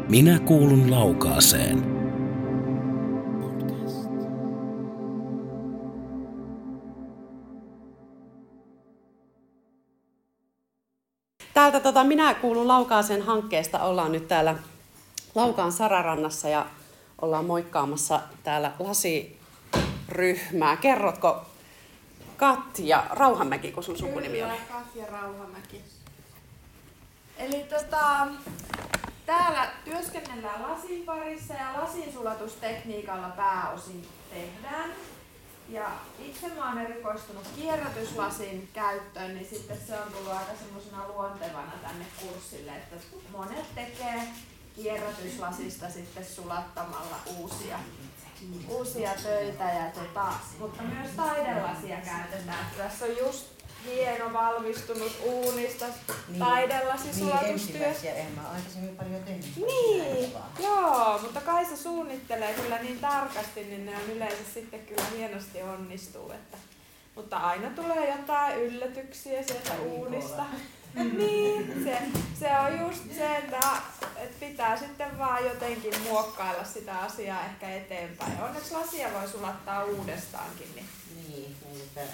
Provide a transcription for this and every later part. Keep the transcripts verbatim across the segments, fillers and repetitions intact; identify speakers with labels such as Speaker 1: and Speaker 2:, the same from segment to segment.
Speaker 1: Minä kuulun Laukaaseen.
Speaker 2: Täältä tota, Minä kuulun Laukaaseen hankkeesta ollaan nyt täällä Laukaan Sararannassa ja ollaan moikkaamassa täällä lasiryhmää. Kerrotko Katja Rauhamäki, kun sun sukunimi on?
Speaker 3: Kyllä, Katja Rauhamäki. Eli tota, täällä työskennellään lasin parissa ja lasinsulatustekniikalla pääosin tehdään. Ja itse mä oon erikoistunut kierrätyslasin käyttöön, niin sitten se on tullut aika semmosena luontevana tänne kurssille, että monet tekee kierrätyslasista sitten sulattamalla uusia, uusia töitä, ja tota, mutta myös taidelasia käytetään. Tässä on just hieno valmistunut uunista niin, taidelasisuolatustyö.
Speaker 4: Niin, ensimmäisiä en mä aikaisemmin paljon tehnyt.
Speaker 3: Niin, joo, mutta Kaisa suunnittelee kyllä niin tarkasti, niin ne on yleensä sitten kyllä hienosti onnistuu. Että, mutta aina tulee jotain yllätyksiä sieltä uunista. Niin, se, se on just se, että, että pitää sitten vaan jotenkin muokkailla sitä asiaa ehkä eteenpäin. Onneksi lasia voi sulattaa uudestaankin. Niin,
Speaker 4: niin, niin tää.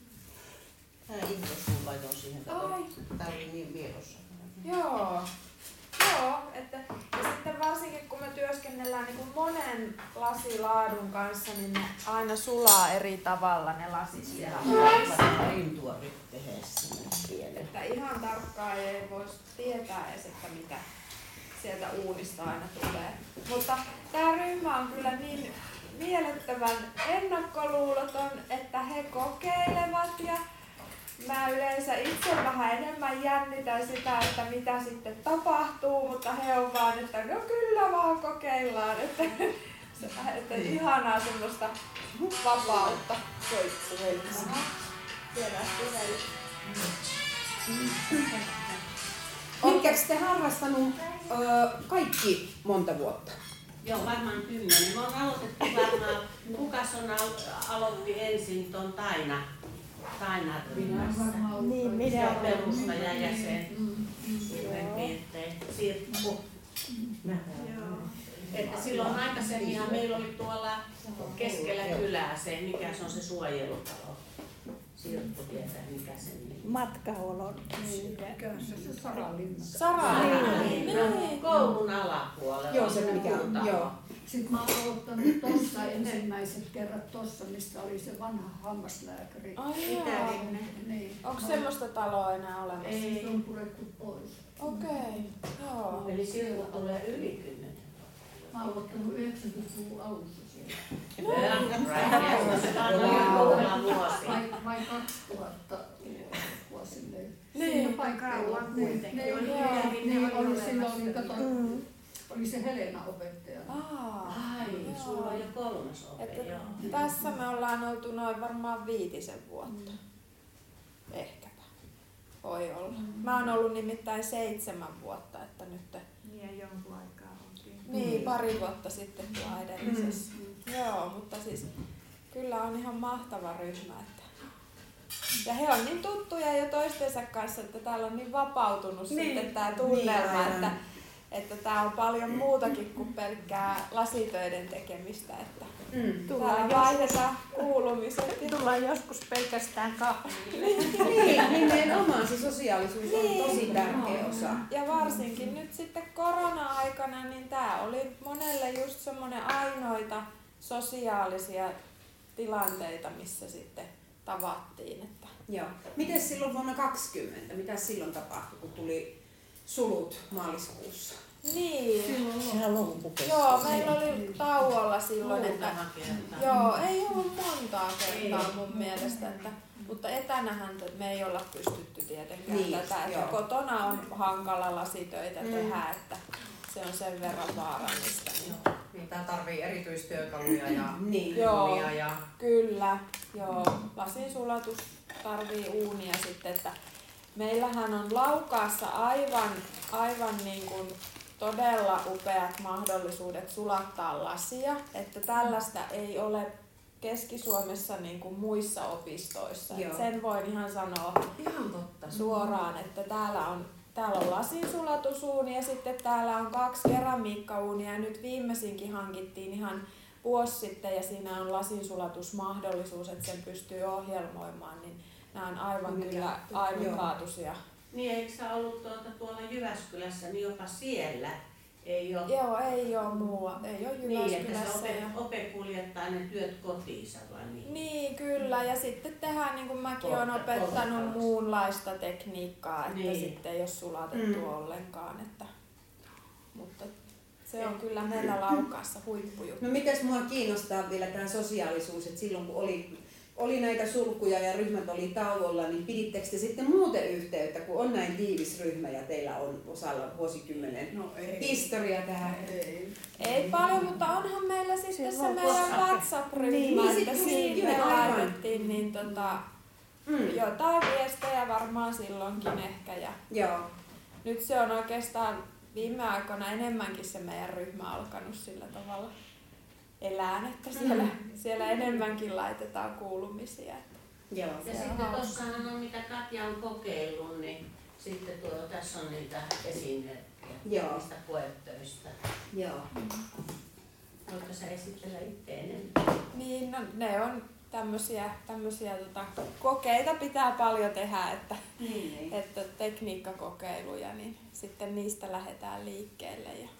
Speaker 4: Tää intos mun laitoin siihen. Tää oli niin vierossa.
Speaker 3: Joo. Joo, että ja sitten varsinkin kun me työskennellään niin kuin monen lasilaadun kanssa, niin ne aina sulaa eri tavalla ne lasit siellä.
Speaker 4: Rintua nyt tehdä sinne.
Speaker 3: Että ihan tarkkaan ei voisi tietää edes, että mitä sieltä uunista aina tulee. Mutta tämä ryhmä on kyllä niin miellyttävän ennakkoluuloton, että he kokeilevat ja mä yleensä itse vähän enemmän jännitän sitä, että mitä sitten tapahtuu, mutta he on vaan, että no kyllä vaan kokeillaan, että, että ihanaa semmoista vapautta. Soittuhelissa. Tiedä,
Speaker 2: Oletteko te harrastanut ö, kaikki monta vuotta?
Speaker 5: Joo, varmaan kymmenen. Me on aloitettu varmaan, kukas on al- aloitti ensin ton Taina. Taina ryhmässä.
Speaker 3: Niin, minä
Speaker 5: se on perustajajäsen. Suurin piirtein. Sirkku. Että silloin aikaisemminhan meillä oli tuolla keskellä kylää se, mikä se on se suojelutalo. Sirkku tietää, mikä se nimi.
Speaker 6: Matkaolon.
Speaker 3: Mikä
Speaker 6: se se Saralinna?
Speaker 3: Saralinna.
Speaker 5: Koulun alapuolella.
Speaker 2: Joo, se mikä on. Joo.
Speaker 6: Sitten mä oon aloittanut tossa ensimmäiset kerrat tossa, mistä oli se vanha hammaslääkäri.
Speaker 3: Ai joo.
Speaker 6: Niin.
Speaker 3: Onko semmoista taloa enää olemassa?
Speaker 6: Ei. Se on purettu pois.
Speaker 3: Okei, okay. Joo.
Speaker 5: Eli Sirkku tulee yli kymmenen.
Speaker 6: Mä oon aloittanut yhdeksänkymmentäluvun alussa siellä. Vai, vai kaksituhatta vuosille.
Speaker 3: Niin.
Speaker 6: Paikalla kuitenkin. Niin oli silloin, kato, oli se Helena opettaja.
Speaker 3: Aa,
Speaker 5: ai, sulla on jo kolmas ope, joo.
Speaker 3: Tässä me ollaan oltu noin varmaan viitisen vuotta. Mm. Ehkäpä. Voi olla. Mm. Mä oon ollut nimittäin seitsemän vuotta, että nyt...
Speaker 7: Niin ja jonkun aikaa onkin.
Speaker 3: Niin, pari vuotta sitten tuo edellisessä. Mm. Joo, mutta siis kyllä on ihan mahtava ryhmä. Että... Ja he on niin tuttuja jo toistensa kanssa, että täällä on niin vapautunut niin. sitten tää tunnelma, niin, että että tää on paljon muutakin kuin pelkkää lasitöiden tekemistä, että mm. täällä vaihdetaan kuulumiset.
Speaker 6: Tullaan joskus pelkästään kahviin.
Speaker 2: Niin, nimenomaan se sosiaalisuus on niin. tosi tärkeä osa.
Speaker 3: Ja varsinkin nyt sitten korona-aikana, niin tää oli monelle just semmoinen ainoita sosiaalisia tilanteita, missä sitten tavattiin. Että...
Speaker 2: Joo. Miten silloin vuonna kaksikymmentä, mitä silloin tapahtui, kun tuli sulut maaliskuussa?
Speaker 3: Niin.
Speaker 4: Sehän loppukesti.
Speaker 3: Joo, meillä oli tauolla silloin, että joo, ei ollut montaa kertaa ei. mun mielestä, että, mutta etänähän me ei olla pystytty tietenkään niin, tätä, että joo. kotona on hankala lasitöitä mm. tehdä, että se on sen verran vaarallista. Niin.
Speaker 8: Niin, tää tarvii erityistyökaluja ja
Speaker 3: niin.
Speaker 8: uunia. Ja...
Speaker 3: Kyllä, joo. Lasinsulatus tarvii uunia sitten, että meillähän on Laukaassa aivan, aivan niin kuin todella upeat mahdollisuudet sulattaa lasia, että tällaista ei ole Keski-Suomessa niin kuin muissa opistoissa. Sen voin ihan sanoa
Speaker 8: ihan totta.
Speaker 3: suoraan, että täällä on täällä on lasinsulatussuuni ja sitten täällä on kaksi keramiikkauunia ja nyt viimeisinkin hankittiin ihan vuosi sitten ja siinä on lasinsulatusmahdollisuus, että sen pystyy ohjelmoimaan, niin nämä on aivan
Speaker 5: Mikä?
Speaker 3: kyllä ainutlaatuisia.
Speaker 5: Niin, eikö sä ollut tuota, tuolla Jyväskylässä, niin jopa siellä ei ole?
Speaker 3: Joo, ei ole muualla, ei ole
Speaker 5: Niin, että
Speaker 3: Jyväskylässä.
Speaker 5: se ope,
Speaker 3: ja...
Speaker 5: ope kuljettaa ne työt kotiinsa vai niin?
Speaker 3: Niin, kyllä. Ja sitten tehdään, niin kuin mäkin olen
Speaker 5: Polta-
Speaker 3: opettanut
Speaker 5: poltettavaksi.
Speaker 3: muunlaista tekniikkaa, että
Speaker 5: Niin.
Speaker 3: sitten ei ole sulatettu
Speaker 4: Mm.
Speaker 3: ollenkaan. Että... Mutta se on kyllä meillä Laukaassa huippujuttu.
Speaker 9: No mitäs mua kiinnostaa vielä tämä sosiaalisuus, että silloin kun oli, oli näitä sulkuja ja ryhmät oli tauolla, niin pidittekö te sitten muuten yhteyttä, kun on näin tiivis ryhmä ja teillä on osalla vuosikymmenen
Speaker 6: No ei.
Speaker 9: historia tähän?
Speaker 6: Ei.
Speaker 3: Ei paljon, mutta onhan meillä sitten se
Speaker 10: Silloin
Speaker 3: meidän
Speaker 10: WhatsApp.
Speaker 3: WhatsApp-ryhmä,
Speaker 9: Niin,
Speaker 3: että
Speaker 9: sit just
Speaker 3: sinne
Speaker 9: joo, aivan.
Speaker 3: laitettiin niin tota,
Speaker 9: Mm.
Speaker 3: jotain viestejä varmaan silloinkin ehkä. Ja
Speaker 9: Joo.
Speaker 3: nyt se on oikeastaan viime aikoina enemmänkin se meidän ryhmä alkanut sillä tavalla elään, että siellä,
Speaker 9: Mm.
Speaker 3: siellä enemmänkin laitetaan kuulumisia.
Speaker 9: Joo.
Speaker 5: Ja
Speaker 3: Se on
Speaker 5: sitten
Speaker 3: hauska.
Speaker 5: tuossahan on mitä Katja on kokeillut, niin sitten tuo, tässä on niitä esimerkkejä
Speaker 9: Joo.
Speaker 5: niistä koetöistä.
Speaker 9: Joo.
Speaker 5: Voitko sä esitellä itse enemmän?
Speaker 3: Niin, no, ne on tämmöisiä, tämmöisiä tota, kokeita pitää paljon tehdä, että,
Speaker 9: Niin.
Speaker 3: että tekniikkakokeiluja, niin sitten niistä lähdetään liikkeelle. Ja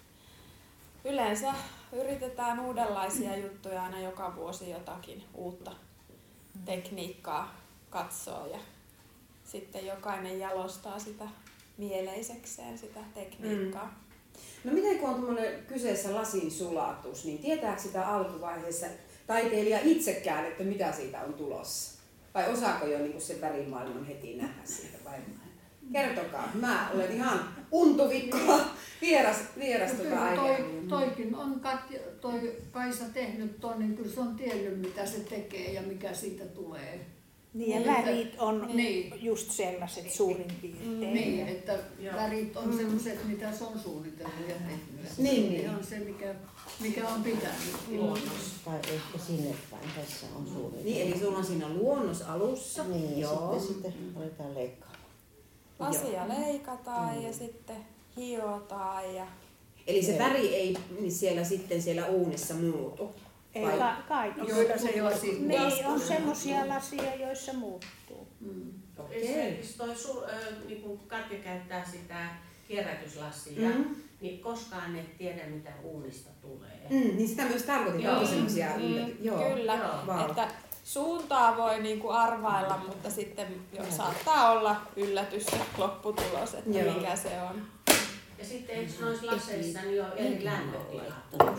Speaker 3: yleensä yritetään uudenlaisia juttuja aina joka vuosi jotakin uutta tekniikkaa katsoa ja sitten jokainen jalostaa sitä mieleisekseen sitä tekniikkaa.
Speaker 9: No miten kun on tuommoinen kyseessä lasin sulatus, niin tietääkö sitä alkuvaiheessa taiteilija itsekään, että mitä siitä on tulossa? Vai osaako jo niin sen värimaailman heti nähdä siitä? Vai? Kertokaa, mä olen ihan untuvikkoa, vieras, vieras
Speaker 6: No
Speaker 9: tuota
Speaker 6: kyllä
Speaker 9: aikaa.
Speaker 6: toi, toikin on Katja, toi Kaisa tehnyt ton, niin kyllä se on tiennyt mitä se tekee ja mikä siitä tulee.
Speaker 10: Niin ja
Speaker 6: Niin, että-
Speaker 10: värit on
Speaker 6: Niin.
Speaker 10: just sellaiset suurin piirtein.
Speaker 6: Niin, että
Speaker 5: Joo.
Speaker 6: värit on sellaiset, mitä se on suunnitellut ja tehnyt. Se
Speaker 9: Niin,
Speaker 6: on
Speaker 9: niin.
Speaker 6: ihan se, mikä, mikä on pitänyt.
Speaker 5: Luonnossa.
Speaker 4: Tai ehkä sinne päin, tässä on suunnitelma.
Speaker 9: Niin, eli sulla on siinä luonnos alussa.
Speaker 4: Niin,
Speaker 9: Joo.
Speaker 4: sitten, sitten aletaan leikkaamaan.
Speaker 3: Asia leikataan ja sitten hiotaan ja
Speaker 9: Eli se väri ei niin siellä sitten siellä uunissa muutu.
Speaker 10: Ei
Speaker 9: Vai-
Speaker 10: ka- kaikki.
Speaker 6: No kyllä se jo siinä
Speaker 10: Niin, on semmoisia lasia, joissa muuttuu.
Speaker 6: Mm.
Speaker 5: Esimerkiksi toi su, ö, niin kun Katja käyttää sitä kierrätyslasia,
Speaker 9: Mm.
Speaker 5: niin koskaan et tiedä mitä uunista tulee.
Speaker 9: Mm, niin sitä myös tarkoitin,
Speaker 5: Joo.
Speaker 9: onko semmoisia
Speaker 3: Mm,
Speaker 9: ylläty- Joo.
Speaker 3: kyllä,
Speaker 5: Joo.
Speaker 9: Vau.
Speaker 3: että suuntaa voi niinku arvailla, mutta sitten jo saattaa olla yllätys se lopputulos, että
Speaker 9: Joo.
Speaker 3: mikä se on.
Speaker 5: Ja sitten eikö noissa laseissa niin ole eri lämpötilat?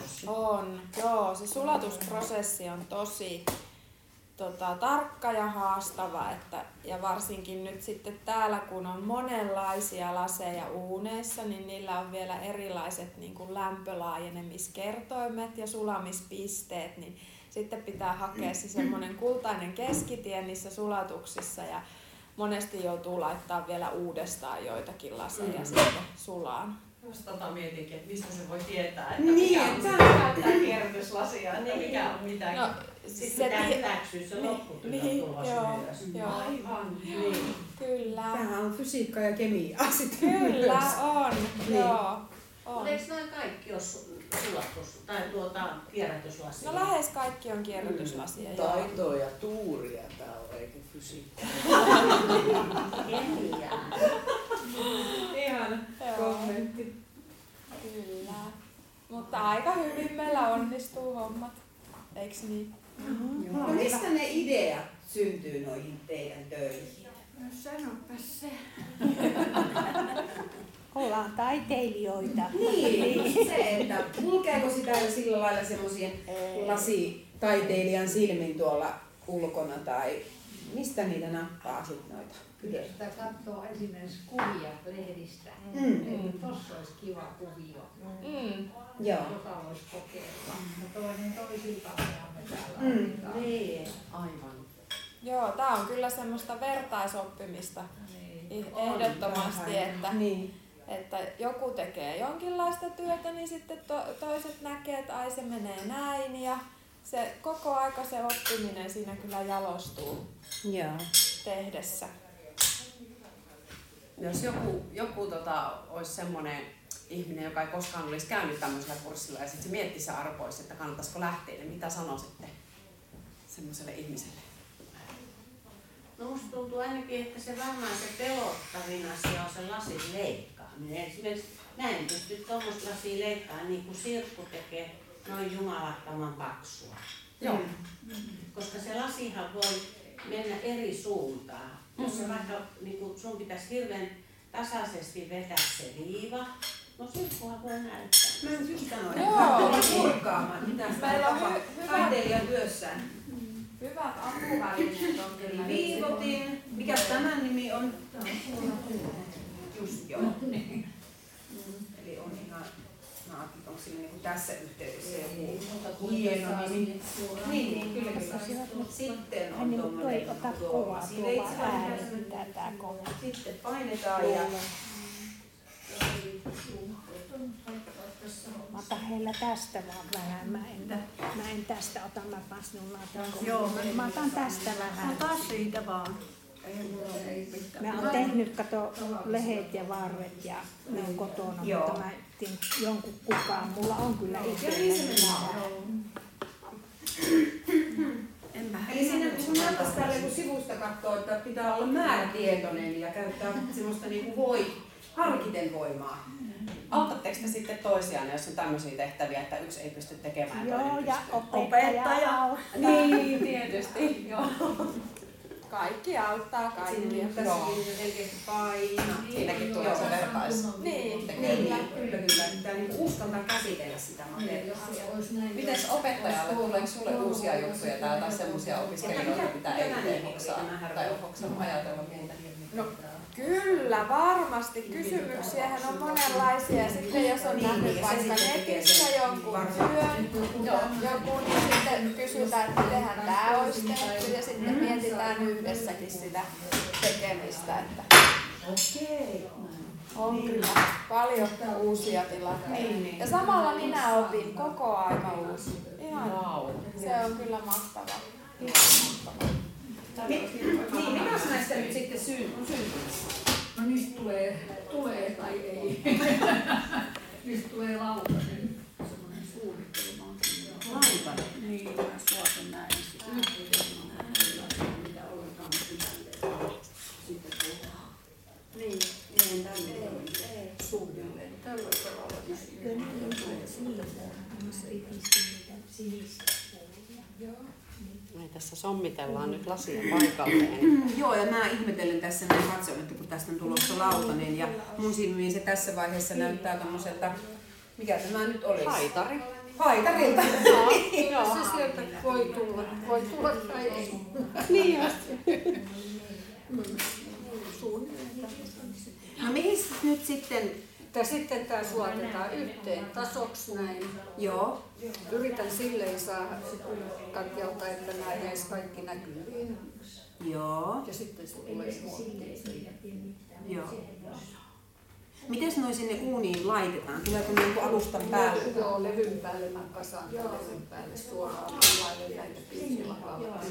Speaker 3: On, joo, se sulatusprosessi on tosi tota, tarkka ja haastava, että, ja varsinkin nyt sitten täällä, kun on monenlaisia laseja uuneissa, niin niillä on vielä erilaiset niin kuin lämpölaajenemiskertoimet ja sulamispisteet, niin sitten pitää hakea se semmoinen kultainen keskitie niissä sulatuksissa ja monesti joutuu laittaa vielä uudestaan joitakin laseja mm. sitten sulaan.
Speaker 8: Just tota mietinkin, että mistä se voi tietää, että
Speaker 9: Niin,
Speaker 8: mikä on
Speaker 9: että-
Speaker 8: se käyttää kierrätyslasia, että mikä on mitäkin.
Speaker 3: No,
Speaker 5: Sitten pitää
Speaker 3: ti-
Speaker 5: hyväksyä se lopputulos
Speaker 3: niin,
Speaker 5: tulos
Speaker 3: joo,
Speaker 5: myös.
Speaker 3: joo,
Speaker 8: Aivan.
Speaker 5: Niin.
Speaker 3: kyllä.
Speaker 9: Tämähän on fysiikkaa ja kemiaa sitten
Speaker 3: Kyllä
Speaker 9: myös.
Speaker 3: on,
Speaker 9: Niin.
Speaker 3: joo. On.
Speaker 5: Mutta eikö noin kaikki ole su- sulatus tai tuota kierrätyslasia?
Speaker 3: No lähes kaikki on kierrätyslasia. joo.
Speaker 11: Taitoa ja tuuria tää on, eikä fysiikkaa.
Speaker 5: Kemiaa.
Speaker 9: Ihan
Speaker 3: Joo.
Speaker 9: kommentti.
Speaker 3: Kyllä. Mutta aika hyvin meillä onnistuu hommat. Eiks niin?
Speaker 9: No mistä ne ideat syntyy noihin teidän töihin?
Speaker 6: No sanopas se.
Speaker 10: Ollaan taiteilijoita.
Speaker 9: Niin, se, että kulkeeko sitä jo sillä lailla semmoisien lasitaiteilijan silmin tuolla ulkona tai mistä niitä nappaa sitten noita?
Speaker 12: Kyllä sitä katsoo esimerkiksi kuvia lehdistä.
Speaker 9: Mm.
Speaker 12: Eli tossa olisi kiva kuvio,
Speaker 3: Mm.
Speaker 9: Joo.
Speaker 12: jota voisi kokeilla. No toinen toisilta me täällä
Speaker 9: Mm.
Speaker 12: otetaan.
Speaker 5: Niin.
Speaker 8: Aivan.
Speaker 3: Joo, tää on kyllä semmoista vertaisoppimista
Speaker 12: Niin.
Speaker 3: ehdottomasti, että,
Speaker 9: Niin.
Speaker 3: että joku tekee jonkinlaista työtä, niin sitten to, toiset näkee, että ai se menee näin ja se koko aika se oppiminen siinä kyllä jalostuu
Speaker 9: Joo.
Speaker 3: tehdessä.
Speaker 2: jos joku, joku tota, olisi semmoinen ihminen, joka ei koskaan olisi käynyt tämmöisellä kurssilla ja sitten se miettisi ja arpoisi, että kannattaisiko lähteä, niin mitä sanoisitte semmoiselle ihmiselle?
Speaker 5: No musta tuntuu ainakin, että se varmaan se pelottavin asia on se lasin leikkaaminen. Esimerkiksi mä en pysty tuommoista lasia leikkaamaan niin kuin Sirkku tekee noin jumalattoman paksua.
Speaker 2: Joo.
Speaker 5: Mm. Koska se lasihan voi mennä eri suuntaan. Mm. Jos se vaikka niin kuin sun pitäisi hirveän tasaisesti vetää se viiva, no Sirkkuhan voi näyttää.
Speaker 9: Mä en just sanoin,
Speaker 3: Joo.
Speaker 9: että purkaamaan, mitä sitä
Speaker 3: Meillä on
Speaker 9: tapaa
Speaker 3: hy- hyvä-
Speaker 9: taiteilijan työssään.
Speaker 3: Hyvät apuvälineet on kyllä.
Speaker 9: Viivotin, mikä tämän nimi on? Just joo. Eli on ihan, onko sillä niin tässä yhteydessä joku hieno nimi? Niin, niin, kyllä kyllä. Sitten on tuommoinen tuo Sitten painetaan ja
Speaker 10: Mä otan heillä tästä vaan vähän. Mä en, mä en tästä ota, mä panen sinun laatikkoon.
Speaker 6: Joo, mä,
Speaker 10: Mä otan tästä vähän.
Speaker 6: Ota siitä vaan.
Speaker 10: Mä oon tehnyt, kato, lehet ja varret ja ne on kotona,
Speaker 9: Joo.
Speaker 10: mutta mä etin jonkun kukaan. Mulla on kyllä itsellä.
Speaker 9: Eli siinä kun näyttäisi tälle kun sivusta katsoo, että pitää olla määrätietoinen ja käyttää semmoista niin kuin voi, harkiten voimaa.
Speaker 2: Auttatteko te sitten toisiaan, jos on tämmöisiä tehtäviä, että yksi ei pysty tekemään ja
Speaker 10: Joo,
Speaker 2: toinen
Speaker 10: ja
Speaker 2: pystyy?
Speaker 10: opettaja auttaa.
Speaker 2: Niin, tietysti. Joo.
Speaker 3: Kaikki auttaa kaikkia.
Speaker 9: Tässäkin selkeästi paina.
Speaker 2: Siinäkin tulee se vertais.
Speaker 3: Niin,
Speaker 9: Niin, kyllä, kyllä, kyllä. Pitää niinku uskaltaa käsitellä sitä materiaalia.
Speaker 2: Mites opettajalle, tuleeko sulle uusia juttuja täällä tai semmoisia opiskelijoita, mitä ei itse hoksaa tai ole hoksannut ajatella niitä?
Speaker 3: No, kyllä, varmasti. Kysymyksiähän on monenlaisia. Ja sitten jos on nähnyt vaikka netissä jonkun työn, joku, niin sitten kysytään, että mitenhän tämä olisi tehty. Ja sitten mietitään yhdessäkin sitä tekemistä. Että on kyllä paljon uusia tilanteita. Ja samalla minä opin koko aika uusi. Ihan, se on kyllä mahtavaa.
Speaker 9: Niin, mikäs näistä nyt sitten syy, on syntymässä?
Speaker 6: No niistä tulee, tulee tai ei. Niistä tulee lautanen, semmoinen suunnitelma.
Speaker 9: Lautanen?
Speaker 6: Niin, mä suotan näin. Mitä ollenkaan sitten tehdään. Niin, niin tällä suunnilleen. Tällä tavalla.
Speaker 2: Me tässä sommitellaan nyt lasia paikalleen.
Speaker 9: Joo, ja mä ihmetellen tässä näin katson, että kun tästä on tulossa lautanen ja mun silmiin se tässä vaiheessa näyttää tommoselta, mikä tämä nyt olisi?
Speaker 2: Haitari.
Speaker 9: Haitarilta.
Speaker 6: Joo. Se sieltä voi tulla, voi tulla tai ei.
Speaker 2: Niin just.
Speaker 9: No mihin nyt sitten?
Speaker 6: Ja sitten tämä suotetaan yhteen tasoksi näin.
Speaker 9: Joo.
Speaker 6: Yritän silleen saada Katjalta, että nämä jäisi kaikki näkyviin.
Speaker 9: Joo.
Speaker 6: Ja sitten se tulee muottiin.
Speaker 9: Joo. Mites noi sinne uuniin laitetaan? Tuleeko ne niinku alustan päälle?
Speaker 6: Joo, levyn päälle mä kasaan levyn päälle suoraan. Mä laitan näitä piisillä kautta.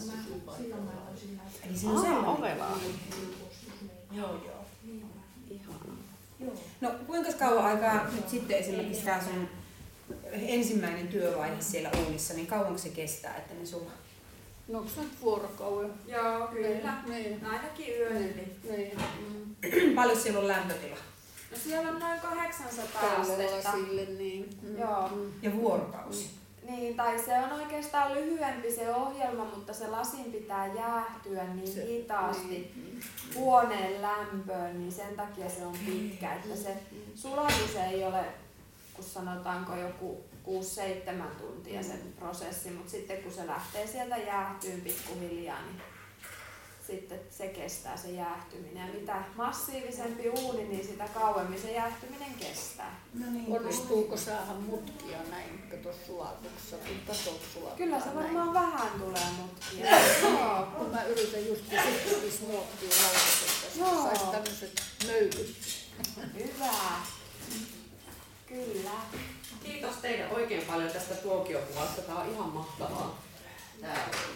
Speaker 9: Eli se on sellainen.
Speaker 2: Ovelaa.
Speaker 9: Joo, joo. Ihanaa. No kuinka kauan aikaa nyt sitten esimerkiksi tämä sun ensimmäinen työvaihe siellä uunissa, niin kauanko se kestää, että ne sulaa?
Speaker 6: No onko se nyt vuorokauden?
Speaker 3: Joo, kyllä.
Speaker 6: Niin.
Speaker 3: Ainakin yön yli.
Speaker 6: Niin.
Speaker 9: Mm. Paljon siellä on lämpötila?
Speaker 3: No siellä on noin kahdeksansataa astetta.
Speaker 6: Sille, niin.
Speaker 3: Mm. Joo.
Speaker 9: Ja vuorokausi?
Speaker 3: Niin, tai se on oikeastaan lyhyempi se ohjelma, mutta se lasin pitää jäähtyä niin
Speaker 6: se,
Speaker 3: hitaasti
Speaker 6: niin.
Speaker 3: huoneen lämpöön, niin sen takia se on pitkä. Että se sulatus ei ole, kun sanotaanko joku kuusi seitsemän tuntia se prosessi, mutta sitten kun se lähtee sieltä jäähtyyn pikkuhiljaa, niin sitten se kestää se jäähtyminen. Ja mitä massiivisempi uuni, niin sitä kauemmin se jäähtyminen kestää.
Speaker 6: No niin. Onnistuuko saada mutkia näin, kato sulatuksessa, kun tasoksi sulataan?
Speaker 3: Kyllä se varmaan näin. Vähän tulee mutkia.
Speaker 6: Joo, kun mä yritän just sitten muottia lautasesta, että saisi tämmöiset möykyt.
Speaker 3: Hyvä. Kyllä.
Speaker 2: Kiitos teille oikein paljon tästä tuokiokuvasta. Tämä on ihan mahtavaa.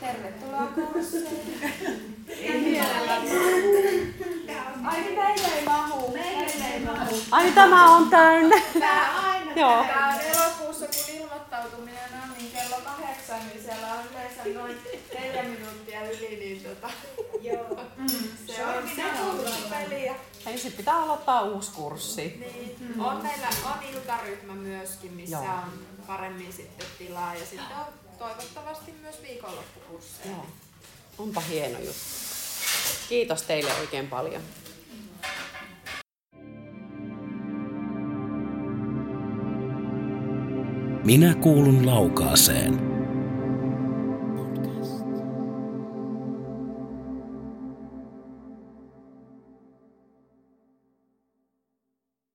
Speaker 3: Tervetuloa kurssiin.
Speaker 2: Ei mielellä.
Speaker 3: Ai meillä ei mahu. Meille ei mahu.
Speaker 2: Ai tämä on täynnä.
Speaker 3: Tää aina.
Speaker 2: Joo.
Speaker 3: Tää on elokuussa, kun ilmoittautuminen on, niin kello kahdeksan, niin siellä on yleensä noin neljä minuuttia yli, niin tota...
Speaker 7: Joo.
Speaker 3: Mm. Se on sekuntipeliä.
Speaker 2: Hei, sit pitää aloittaa uusi kurssi.
Speaker 3: Niin. Mm. On meillä on iltaryhmä myöskin, missä
Speaker 2: Joo.
Speaker 3: on paremmin sitten tilaa ja sitten on toivottavasti myös viikonloppukursseja.
Speaker 2: Joo. Onpa hieno juttu. Kiitos teille oikein paljon.
Speaker 1: Minä kuulun Laukaaseen.